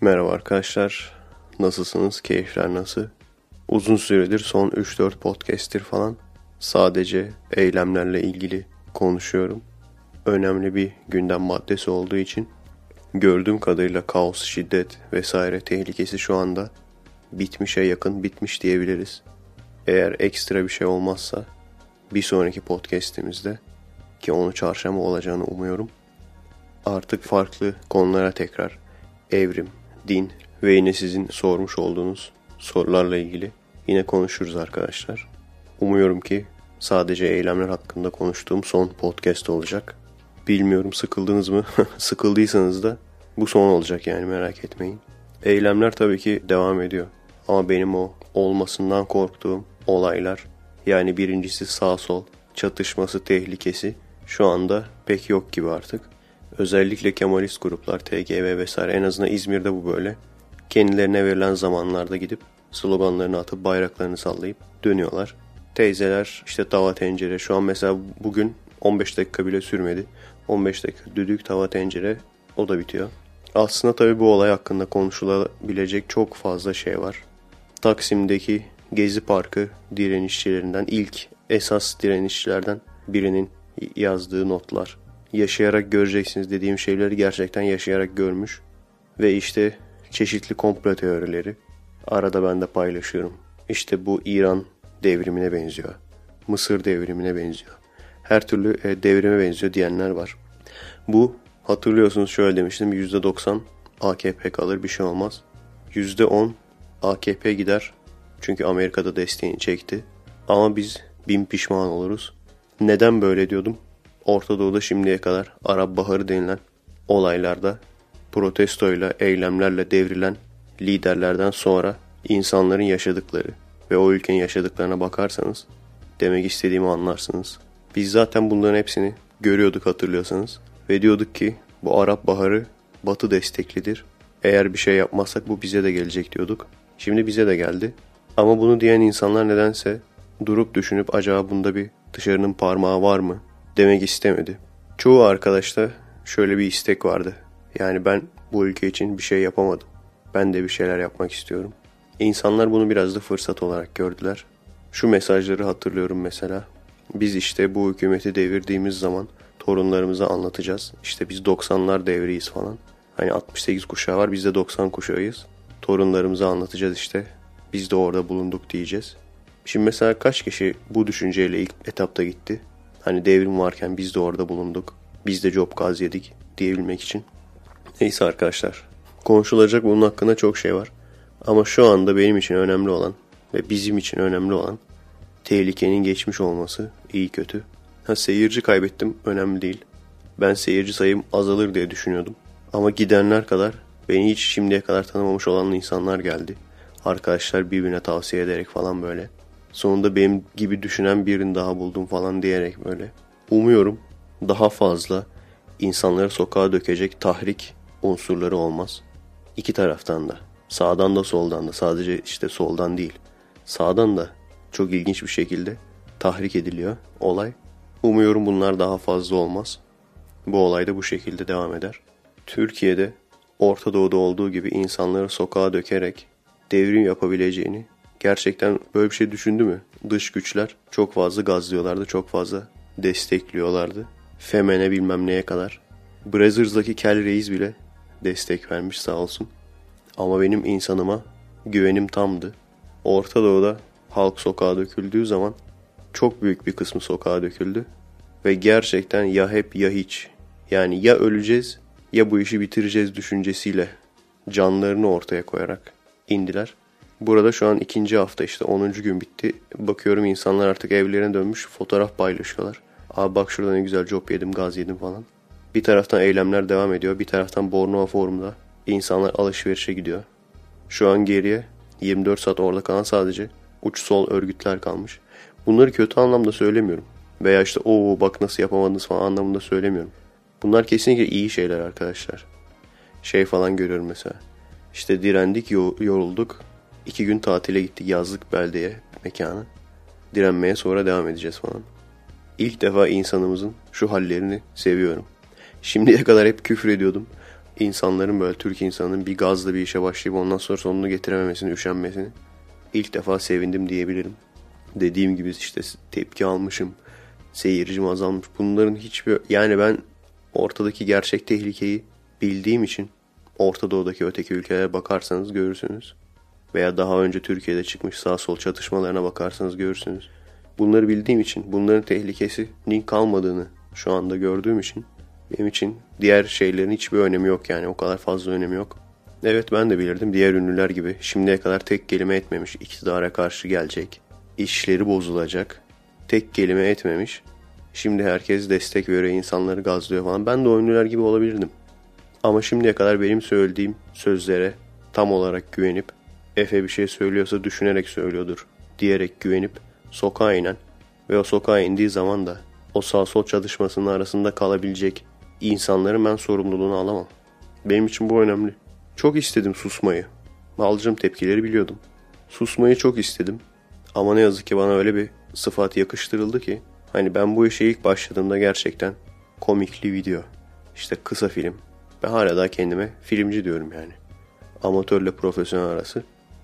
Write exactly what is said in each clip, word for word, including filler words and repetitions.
Merhaba arkadaşlar. Nasılsınız? Keyifler nasıl? Uzun süredir son üç dört podcast'tir falan sadece eylemlerle ilgili konuşuyorum. Önemli bir gündem maddesi olduğu için gördüğüm kadarıyla kaos, şiddet vesaire tehlikesi şu anda bitmişe yakın, bitmiş diyebiliriz. Eğer ekstra bir şey olmazsa bir sonraki podcast'imizde, ki onu çarşamba olacağını umuyorum, artık farklı konulara tekrar evrim, din ve yine sizin sormuş olduğunuz sorularla ilgili yine konuşuruz arkadaşlar. Umuyorum ki sadece eylemler hakkında konuştuğum son podcast olacak. Bilmiyorum, sıkıldınız mı? Sıkıldıysanız da bu son olacak, yani merak etmeyin. Eylemler tabii ki devam ediyor. Ama benim o olmasından korktuğum olaylar, yani birincisi sağ sol çatışması tehlikesi şu anda pek yok gibi artık. Özellikle Kemalist gruplar, T G V vesaire, en azından İzmir'de bu böyle. Kendilerine verilen zamanlarda gidip sloganlarını atıp bayraklarını sallayıp dönüyorlar. Teyzeler işte tava tencere, şu an mesela bugün on beş dakika bile sürmedi. on beş dakika düdük, tava tencere, o da bitiyor. Aslında tabii bu olay hakkında konuşulabilecek çok fazla şey var. Taksim'deki Gezi Parkı direnişçilerinden, ilk esas direnişçilerden birinin yazdığı notlar. Yaşayarak göreceksiniz dediğim şeyleri gerçekten yaşayarak görmüş. Ve işte çeşitli komplo teorileri arada ben de paylaşıyorum. İşte bu İran devrimine benziyor. Mısır devrimine benziyor. Her türlü e, devrime benziyor diyenler var. Bu, hatırlıyorsunuz, şöyle demiştim: yüzde doksan A K P kalır, bir şey olmaz. yüzde on A K P gider. Çünkü Amerika'da desteğini çekti. Ama biz bin pişman oluruz. Neden böyle diyordum? Orta Doğu'da şimdiye kadar Arap Baharı denilen olaylarda protestoyla, eylemlerle devrilen liderlerden sonra insanların yaşadıkları ve o ülkenin yaşadıklarına bakarsanız demek istediğimi anlarsınız. Biz zaten bunların hepsini görüyorduk, hatırlıyorsanız, ve diyorduk ki bu Arap Baharı Batı desteklidir. Eğer bir şey yapmazsak bu bize de gelecek diyorduk. Şimdi bize de geldi. Ama bunu diyen insanlar nedense durup düşünüp acaba bunda bir dışarının parmağı var mı demek istemedi. Çoğu arkadaşta şöyle bir istek vardı. Yani ben bu ülke için bir şey yapamadım. Ben de bir şeyler yapmak istiyorum. İnsanlar bunu biraz da fırsat olarak gördüler. Şu mesajları hatırlıyorum mesela. Biz işte bu hükümeti devirdiğimiz zaman torunlarımıza anlatacağız. İşte biz doksanlar devriyiz falan. Hani altmış sekiz kuşağı var, biz de doksan kuşağıyız. Torunlarımıza anlatacağız işte. Biz de orada bulunduk diyeceğiz. Şimdi mesela kaç kişi bu düşünceyle ilk etapta gitti? Hani devrim varken biz de orada bulunduk. Biz de job gaz yedik diyebilmek için. Neyse arkadaşlar. Konuşulacak bunun hakkında çok şey var. Ama şu anda benim için önemli olan ve bizim için önemli olan tehlikenin geçmiş olması, iyi kötü. Ha, seyirci kaybettim, önemli değil. Ben seyirci sayım azalır diye düşünüyordum. Ama gidenler kadar beni hiç şimdiye kadar tanımamış olan insanlar geldi. Arkadaşlar birbirine tavsiye ederek falan böyle. Sonunda benim gibi düşünen birini daha buldum falan diyerek böyle. Umuyorum daha fazla insanları sokağa dökecek tahrik unsurları olmaz. İki taraftan da. Sağdan da soldan da. Sadece işte soldan değil. Sağdan da çok ilginç bir şekilde tahrik ediliyor olay. Umuyorum bunlar daha fazla olmaz. Bu olay da bu şekilde devam eder. Türkiye'de Orta Doğu'da olduğu gibi insanları sokağa dökerek devrim yapabileceğini, gerçekten böyle bir şey düşündü mü? Dış güçler çok fazla gazlıyorlardı, çok fazla destekliyorlardı. Femen'e bilmem neye kadar. Brazzers'daki Kel Reis bile destek vermiş sağ olsun. Ama benim insanıma güvenim tamdı. Orta Doğu'da halk sokağa döküldüğü zaman çok büyük bir kısmı sokağa döküldü. Ve gerçekten ya hep ya hiç. Yani ya öleceğiz ya bu işi bitireceğiz düşüncesiyle canlarını ortaya koyarak indiler. Burada şu an ikinci hafta, işte onuncu gün bitti. Bakıyorum insanlar artık evlerine dönmüş, fotoğraf paylaşıyorlar. Abi bak şurada ne güzel job yedim, gaz yedim falan. Bir taraftan eylemler devam ediyor. Bir taraftan Bornova Forum'da insanlar alışverişe gidiyor. Şu an geriye yirmi dört saat orada kalan sadece uç sol örgütler kalmış. Bunları kötü anlamda söylemiyorum. Veya işte o bak nasıl yapamadınız falan anlamında söylemiyorum. Bunlar kesinlikle iyi şeyler arkadaşlar. Şey falan görüyorum mesela. İşte direndik, yorulduk. İki gün tatile gittik yazlık beldeye, mekana. Direnmeye sonra devam edeceğiz falan. İlk defa insanımızın şu hallerini seviyorum. Şimdiye kadar hep küfür ediyordum. insanların böyle Türk insanının bir gazla bir işe başlayıp ondan sonra sonunu getirememesini, üşenmesini ilk defa sevindim diyebilirim. Dediğim gibi işte tepki almışım, seyircim azalmış. Bunların hiçbir, yani ben ortadaki gerçek tehlikeyi bildiğim için Orta Doğu'daki öteki ülkelere bakarsanız görürsünüz. Veya daha önce Türkiye'de çıkmış sağ sol çatışmalarına bakarsanız görürsünüz. Bunları bildiğim için, bunların tehlikesinin kalmadığını şu anda gördüğüm için benim için diğer şeylerin hiçbir önemi yok yani. O kadar fazla önemi yok. Evet, ben de bilirdim diğer ünlüler gibi şimdiye kadar tek kelime etmemiş, iktidara karşı gelecek, işleri bozulacak, tek kelime etmemiş. Şimdi herkes destek veriyor, insanları gazlıyor falan. Ben de o ünlüler gibi olabilirdim. Ama şimdiye kadar benim söylediğim sözlere tam olarak güvenip, Efe bir şey söylüyorsa düşünerek söylüyordur diyerek güvenip sokağa inen ve o sokağa indiği zaman da o sağ sol çatışmasının arasında kalabilecek insanların ben sorumluluğunu alamam. Benim için bu önemli. Çok istedim susmayı. Alacağım tepkileri biliyordum. Susmayı çok istedim. Ama ne yazık ki bana öyle bir sıfat yakıştırıldı ki hani ben bu işe ilk başladığımda gerçekten komikli video, işte kısa film. Ben hala da kendime filmci diyorum yani. Amatörle profesyonel arası.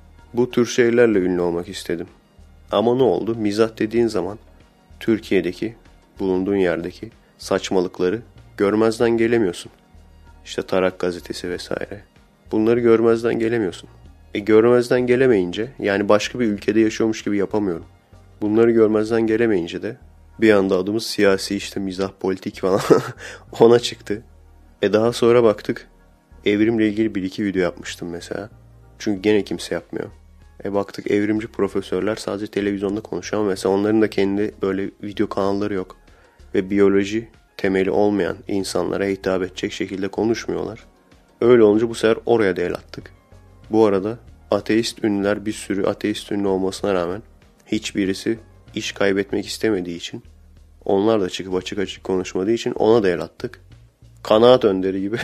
Bu tür şeylerle ünlü olmak istedim. Ama ne oldu? Mizah dediğin zaman Türkiye'deki, bulunduğun yerdeki saçmalıkları görmezden gelemiyorsun. İşte Tarak gazetesi vesaire. Bunları görmezden gelemiyorsun. E görmezden gelemeyince, yani başka bir ülkede yaşıyormuş gibi yapamıyorum. Bunları görmezden gelemeyince de bir anda adımız siyasi, işte mizah, politik falan ona çıktı. E daha sonra baktık, evrimle ilgili bir iki video yapmıştım mesela. Çünkü gene kimse yapmıyor. E baktık evrimci profesörler sadece televizyonda konuşuyor ama mesela onların da kendi böyle video kanalları yok. Ve biyoloji temeli olmayan insanlara hitap edecek şekilde konuşmuyorlar. Öyle olunca bu sefer oraya da el attık. Bu arada ateist ünlüler, bir sürü ateist ünlü olmasına rağmen hiçbirisi iş kaybetmek istemediği için, onlar da çıkıp açık açık konuşmadığı için ona da el attık. Kanaat önderi gibi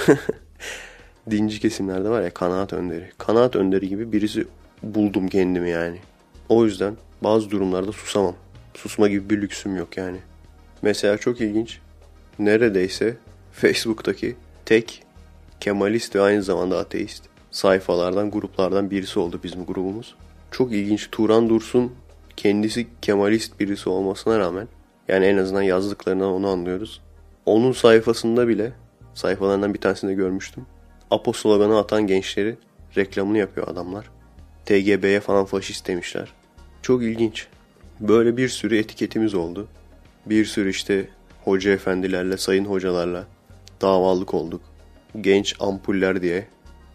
dinci kesimlerde var ya, kanaat önderi. Kanaat önderi gibi birisi buldum kendimi yani. O yüzden bazı durumlarda susamam. Susma gibi bir lüksüm yok yani. Mesela çok ilginç. Neredeyse Facebook'taki tek Kemalist ve aynı zamanda ateist sayfalardan, gruplardan birisi oldu bizim grubumuz. Çok ilginç. Turan Dursun kendisi Kemalist birisi olmasına rağmen, yani en azından yazdıklarından onu anlıyoruz. Onun sayfasında bile, sayfalarından bir tanesinde görmüştüm, Apo sloganı atan gençleri reklamını yapıyor adamlar. T G B'ye falan faşist demişler. Çok ilginç. Böyle bir sürü etiketimiz oldu. Bir sürü işte hoca efendilerle, sayın hocalarla davalık olduk. Genç ampuller diye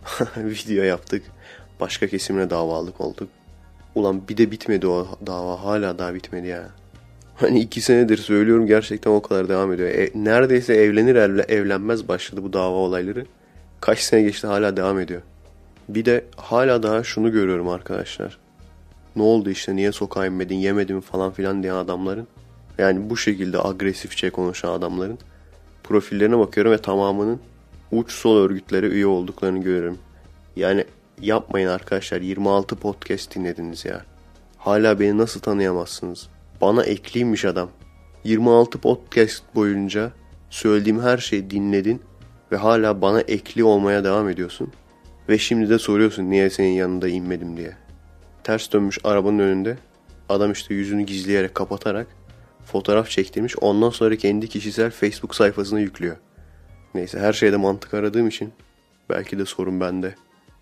video yaptık. Başka kesimle davalık olduk. Ulan bir de bitmedi o dava. Hala daha bitmedi ya. Hani iki senedir söylüyorum, gerçekten o kadar devam ediyor. E, neredeyse evlenir evlenmez başladı bu dava olayları. Kaç sene geçti, hala devam ediyor. Bir de hala daha şunu görüyorum arkadaşlar. Ne oldu işte, niye sokağa inmedin, yemedin falan filan diyen adamların, yani bu şekilde agresifçe konuşan adamların profillerine bakıyorum ve tamamının uç sol örgütlere üye olduklarını görüyorum. Yani yapmayın arkadaşlar, yirmi altı podcast dinlediniz ya. Hala beni nasıl tanıyamazsınız? Bana ekliymiş adam. yirmi altı podcast boyunca söylediğim her şeyi dinledin ve hala bana ekli olmaya devam ediyorsun. Ve şimdi de soruyorsun niye senin yanında inmedim diye. Ters dönmüş arabanın önünde adam işte yüzünü gizleyerek, kapatarak fotoğraf çektirmiş. Ondan sonra kendi kişisel Facebook sayfasına yüklüyor. Neyse, her şeyde mantık aradığım için belki de sorun bende.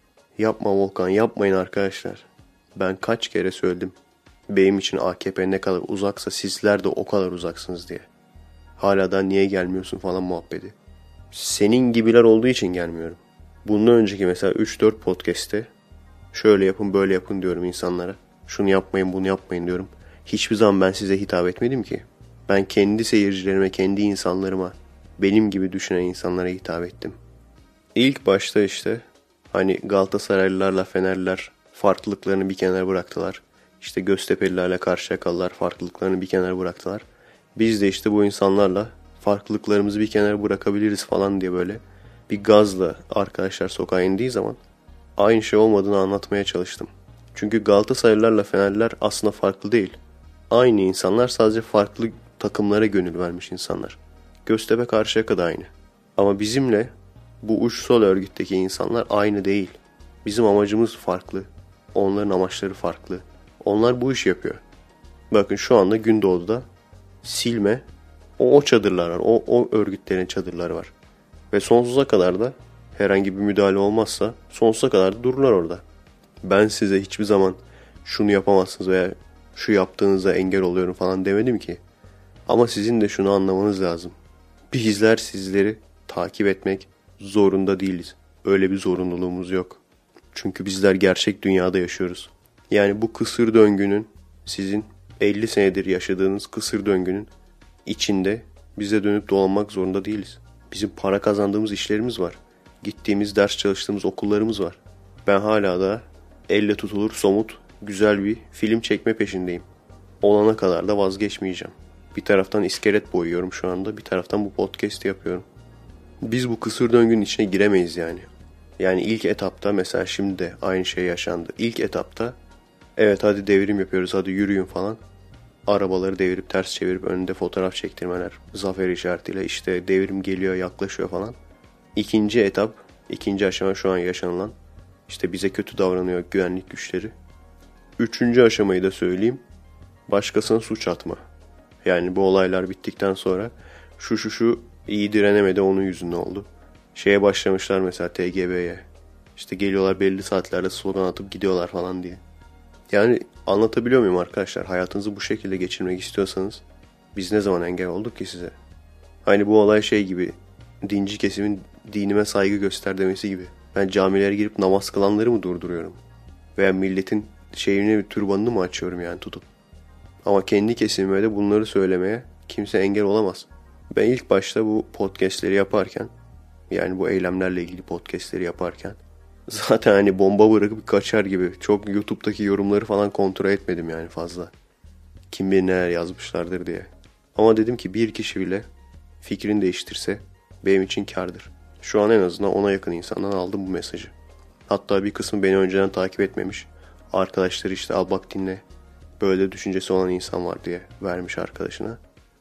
Yapma Volkan, yapmayın arkadaşlar. Ben kaç kere söyledim. Benim için A K P ne kadar uzaksa sizler de o kadar uzaksınız diye. Hala da niye gelmiyorsun falan muhabbeti. Senin gibiler olduğu için gelmiyorum. Bundan önceki mesela üç dört podcast'te şöyle yapın böyle yapın diyorum insanlara. Şunu yapmayın bunu yapmayın diyorum. Hiçbir zaman ben size hitap etmedim ki. Ben kendi seyircilerime, kendi insanlarıma, benim gibi düşünen insanlara hitap ettim. İlk başta işte hani Galatasaraylılarla Fenerliler farklılıklarını bir kenara bıraktılar. İşte Göztepe'lilerle Karşıyakalılar farklılıklarını bir kenara bıraktılar. Biz de işte bu insanlarla farklılıklarımızı bir kenara bırakabiliriz falan diye böyle bir gazla arkadaşlar sokağa indiği zaman aynı şey olmadığını anlatmaya çalıştım. Çünkü Galatasaraylılarla Fenerliler aslında farklı değil. Aynı insanlar, sadece farklı takımlara gönül vermiş insanlar. Göztepe Karşıyaka da aynı. Ama bizimle Bu uçsal örgütteki insanlar aynı değil. Bizim amacımız farklı. Onların amaçları farklı. Onlar bu işi yapıyor. Bakın şu anda Gündoğdu'da silme, o, o çadırlar var. O, o örgütlerin çadırları var. Ve sonsuza kadar da herhangi bir müdahale olmazsa sonsuza kadar da dururlar orada. Ben size hiçbir zaman şunu yapamazsınız veya şu yaptığınızda engel oluyorum falan demedim ki. Ama sizin de şunu anlamanız lazım. Bizler sizleri takip etmek zorunda değiliz. Öyle bir zorunluluğumuz yok. Çünkü bizler gerçek dünyada yaşıyoruz. Yani bu kısır döngünün, sizin elli senedir yaşadığınız kısır döngünün içinde bize dönüp dolanmak zorunda değiliz. Bizim para kazandığımız işlerimiz var. Gittiğimiz, ders çalıştığımız okullarımız var. Ben hala da elle tutulur, somut, güzel bir film çekme peşindeyim. Olana kadar da vazgeçmeyeceğim. Bir taraftan iskelet boyuyorum şu anda, bir taraftan bu podcast'i yapıyorum. Biz bu kısır döngünün içine giremeyiz yani. Yani ilk etapta, mesela şimdi de aynı şey yaşandı. İlk etapta evet hadi devrim yapıyoruz, hadi yürüyün falan. Arabaları devirip ters çevirip önünde fotoğraf çektirmeler, zafer işaretiyle işte devrim geliyor, yaklaşıyor falan. İkinci etap, ikinci aşama şu an yaşanılan, işte bize kötü davranıyor güvenlik güçleri. Üçüncü aşamayı da söyleyeyim, başkasına suç atma. Yani bu olaylar bittikten sonra şu şu şu iyi direnemedi, onun yüzünden oldu. Şeye başlamışlar mesela, T G B'ye. İşte geliyorlar belli saatlerde slogan atıp gidiyorlar falan diye. Yani anlatabiliyor muyum arkadaşlar? Hayatınızı bu şekilde geçirmek istiyorsanız biz ne zaman engel olduk ki size? Hani bu olay şey gibi, dinci kesimin dinime saygı göster demesi gibi. Ben camilere girip namaz kılanları mı durduruyorum? Veya milletin şeyini, türbanını mı açıyorum yani tutup? Ama kendi kesimime de bunları söylemeye kimse engel olamaz. Ben ilk başta bu podcastleri yaparken, yani bu eylemlerle ilgili podcastleri yaparken zaten hani bomba bırakıp kaçar gibi çok YouTube'daki yorumları falan kontrol etmedim yani fazla. Kim bilir neler yazmışlardır diye. Ama dedim ki bir kişi bile fikrini değiştirse benim için kârdır. Şu an en azından ona yakın insandan aldım bu mesajı. Hatta bir kısmı beni önceden takip etmemiş. Arkadaşları işte al bak dinle, böyle düşüncesi olan insan var diye vermiş arkadaşına.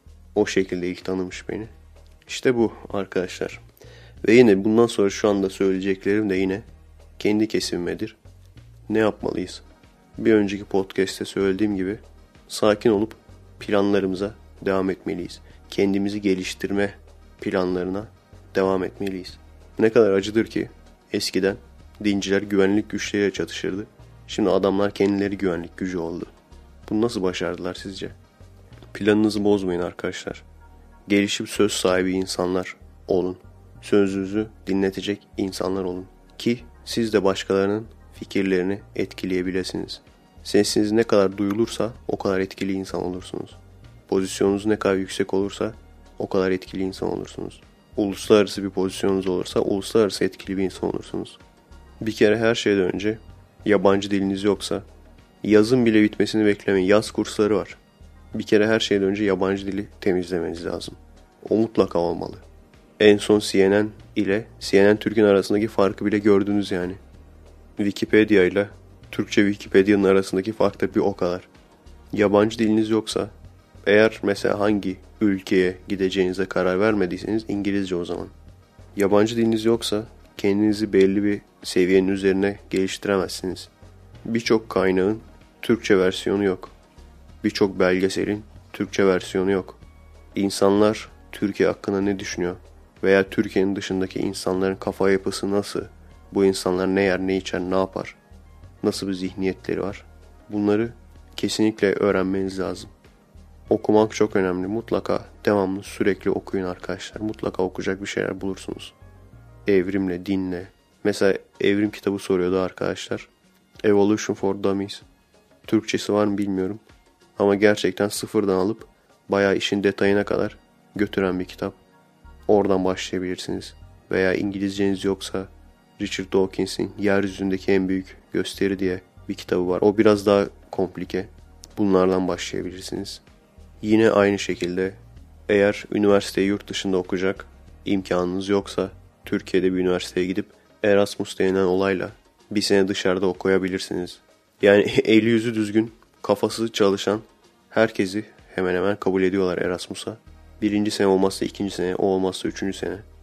O şekilde ilk tanımış beni. İşte bu arkadaşlar. Ve yine bundan sonra şu anda söyleyeceklerim de yine kendi kesimimdedir. Ne yapmalıyız? Bir önceki podcast'te söylediğim gibi sakin olup planlarımıza devam etmeliyiz. Kendimizi geliştirme planlarına devam etmeliyiz. Ne kadar acıdır ki eskiden dinciler güvenlik güçleriyle çatışırdı. Şimdi adamlar kendileri güvenlik gücü oldu. Bunu nasıl başardılar sizce? Planınızı bozmayın arkadaşlar. Gelişip söz sahibi insanlar olun. Sözünüzü dinletecek insanlar olun. Ki siz de başkalarının fikirlerini etkileyebilirsiniz. Sesiniz ne kadar duyulursa o kadar etkili insan olursunuz. Pozisyonunuz ne kadar yüksek olursa o kadar etkili insan olursunuz. Uluslararası bir pozisyonunuz olursa uluslararası etkili bir insan olursunuz. Bir kere her şeyden önce yabancı diliniz yoksa yazın bile bitmesini beklemeyin. Yaz kursları var. Bir kere her şeyden önce yabancı dili temizlemeniz lazım. O mutlaka olmalı. En son C N N ile C N N Türk'ün arasındaki farkı bile gördünüz yani. Wikipedia ile Türkçe Wikipedia'nın arasındaki fark da bir o kadar. Yabancı diliniz yoksa, eğer mesela hangi ülkeye gideceğinize karar vermediyseniz İngilizce o zaman. Yabancı diliniz yoksa kendinizi belli bir seviyenin üzerine geliştiremezsiniz. Birçok kaynağın Türkçe versiyonu yok. Birçok belgeselin Türkçe versiyonu yok. İnsanlar Türkiye hakkında ne düşünüyor? Veya Türkiye'nin dışındaki insanların kafa yapısı nasıl? Bu insanlar ne yer, ne içer, ne yapar? Nasıl bir zihniyetleri var? Bunları kesinlikle öğrenmeniz lazım. Okumak çok önemli. Mutlaka devamlı sürekli okuyun arkadaşlar. Mutlaka okuyacak bir şeyler bulursunuz. Evrimle, dinle. Mesela evrim kitabı soruyordu arkadaşlar. Evolution for Dummies. Türkçesi var mı bilmiyorum. Ama gerçekten sıfırdan alıp bayağı işin detayına kadar götüren bir kitap. Oradan başlayabilirsiniz. Veya İngilizceniz yoksa Richard Dawkins'in Yeryüzündeki En Büyük Gösteri diye bir kitabı var. O biraz daha komplike. Bunlardan başlayabilirsiniz. Yine aynı şekilde eğer üniversiteyi yurt dışında okuyacak imkanınız yoksa Türkiye'de bir üniversiteye gidip Erasmus denilen olayla bir sene dışarıda okuyabilirsiniz. Yani eli yüzü düzgün, kafası çalışan herkesi hemen hemen kabul ediyorlar Erasmus'a. Birinci sene olmazsa ikinci sene, o olmazsa üçüncü sene.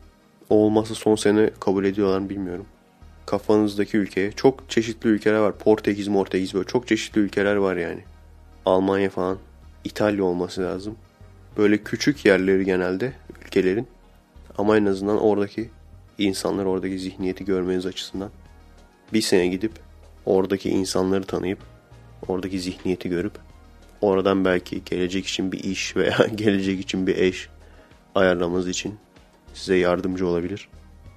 O olmazsa son sene kabul ediyorlar mı bilmiyorum. Kafanızdaki ülkeye çok çeşitli ülkeler var. Portekiz, Mortekiz böyle çok çeşitli ülkeler var yani. Almanya falan, İtalya olması lazım. Böyle küçük yerleri genelde ülkelerin. Ama en azından oradaki insanlar, oradaki zihniyeti görmeniz açısından bir sene gidip oradaki insanları tanıyıp oradaki zihniyeti görüp oradan belki gelecek için bir iş veya gelecek için bir eş ayarlamanız için size yardımcı olabilir.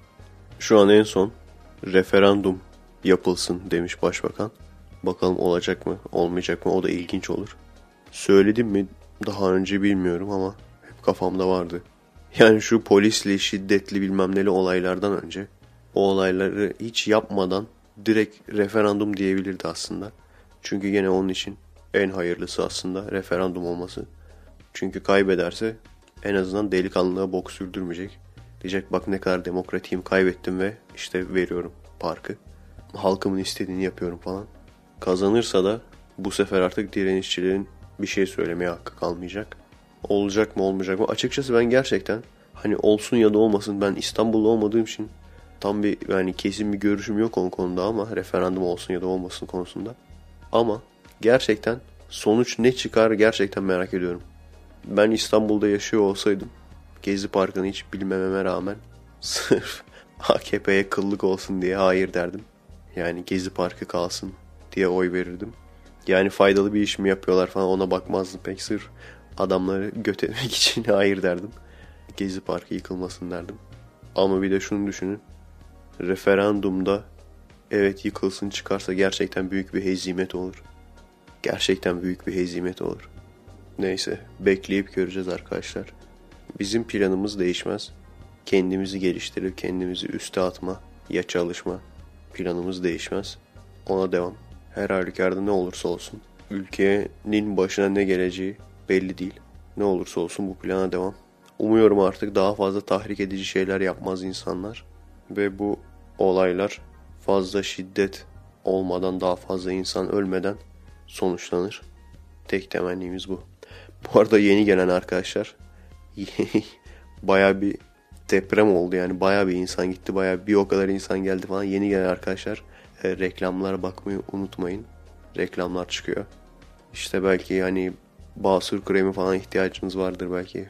Şu an en son referandum yapılsın demiş başbakan. Bakalım olacak mı, olmayacak mı? O da ilginç olur. Söyledim mi daha önce bilmiyorum ama hep kafamda vardı. Yani şu polisli, şiddetli bilmem neli olaylardan önce o olayları hiç yapmadan direkt referandum diyebilirdi aslında. Çünkü gene onun için en hayırlısı aslında referandum olması. Çünkü kaybederse en azından delikanlılığa bok sürdürmeyecek. Diyecek bak ne kadar demokratiyim, kaybettim ve işte veriyorum parkı. Halkımın istediğini yapıyorum falan. Kazanırsa da bu sefer artık direnişçilerin bir şey söylemeye hakkı kalmayacak. Olacak mı olmayacak mı? Açıkçası ben gerçekten hani olsun ya da olmasın, ben İstanbul'da olmadığım için tam bir yani kesin bir görüşüm yok onun konuda ama referandum olsun ya da olmasın konusunda. Ama gerçekten sonuç ne çıkar gerçekten merak ediyorum. Ben İstanbul'da yaşıyor olsaydım Gezi Parkı'nı hiç bilmememe rağmen sırf A K P'ye kıllık olsun diye hayır derdim. Yani Gezi Parkı kalsın diye oy verirdim. Yani faydalı bir iş mi yapıyorlar falan ona bakmazdım pek, sırf adamları göt etmek için hayır derdim. Gezi Parkı yıkılmasın derdim. Ama bir de şunu düşünün. Referandumda evet yıkılsın çıkarsa gerçekten büyük bir hezimet olur. Gerçekten büyük bir hezimet olur. Neyse bekleyip göreceğiz arkadaşlar. Bizim planımız değişmez. Kendimizi geliştirir, kendimizi üste atma ya çalışma planımız değişmez. Ona devam. Her halükarda ne olursa olsun ülkenin başına ne geleceği belli değil. Ne olursa olsun bu plana devam. Umuyorum artık daha fazla tahrik edici şeyler yapmaz insanlar. Ve bu olaylar fazla şiddet olmadan, daha fazla insan ölmeden sonuçlanır. Tek temennimiz bu. Bu arada yeni gelen arkadaşlar baya bir deprem oldu yani, baya bir insan gitti, baya bir o kadar insan geldi falan. Yeni gelen arkadaşlar e, reklamlara bakmayı unutmayın. Reklamlar çıkıyor. İşte belki hani basur kremi falan ihtiyacınız vardır belki.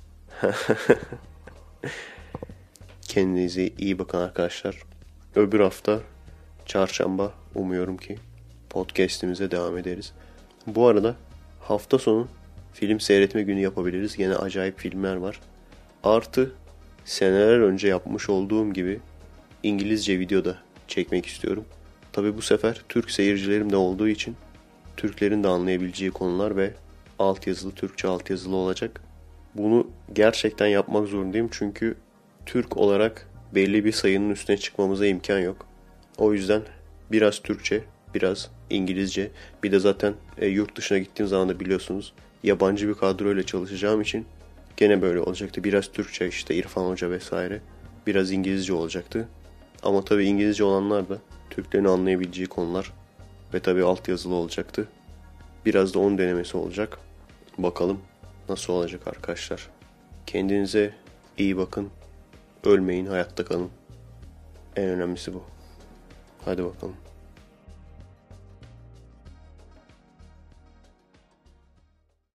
Kendinize iyi bakın arkadaşlar. Öbür hafta çarşamba umuyorum ki podcast'imize devam ederiz. Bu arada hafta sonu film seyretme günü yapabiliriz. Yine acayip filmler var. Artı seneler önce yapmış olduğum gibi İngilizce video da çekmek istiyorum. Tabi bu sefer Türk seyircilerim de olduğu için Türklerin de anlayabileceği konular ve altyazılı, Türkçe altyazılı olacak. Bunu gerçekten yapmak zorundayım çünkü Türk olarak belli bir sayının üstüne çıkmamıza imkan yok. O yüzden biraz Türkçe, biraz İngilizce, bir de zaten e, yurt dışına gittiğim zaman da biliyorsunuz yabancı bir kadroyla çalışacağım için gene böyle olacaktı. Biraz Türkçe, işte İrfan Hoca vesaire, biraz İngilizce olacaktı. Ama tabii İngilizce olanlar da Türklerin anlayabileceği konular ve tabii altyazılı olacaktı. Biraz da onun denemesi olacak. Bakalım nasıl olacak arkadaşlar. Kendinize iyi bakın. Ölmeyin, hayatta kalın. En önemlisi bu. Hadi bakalım.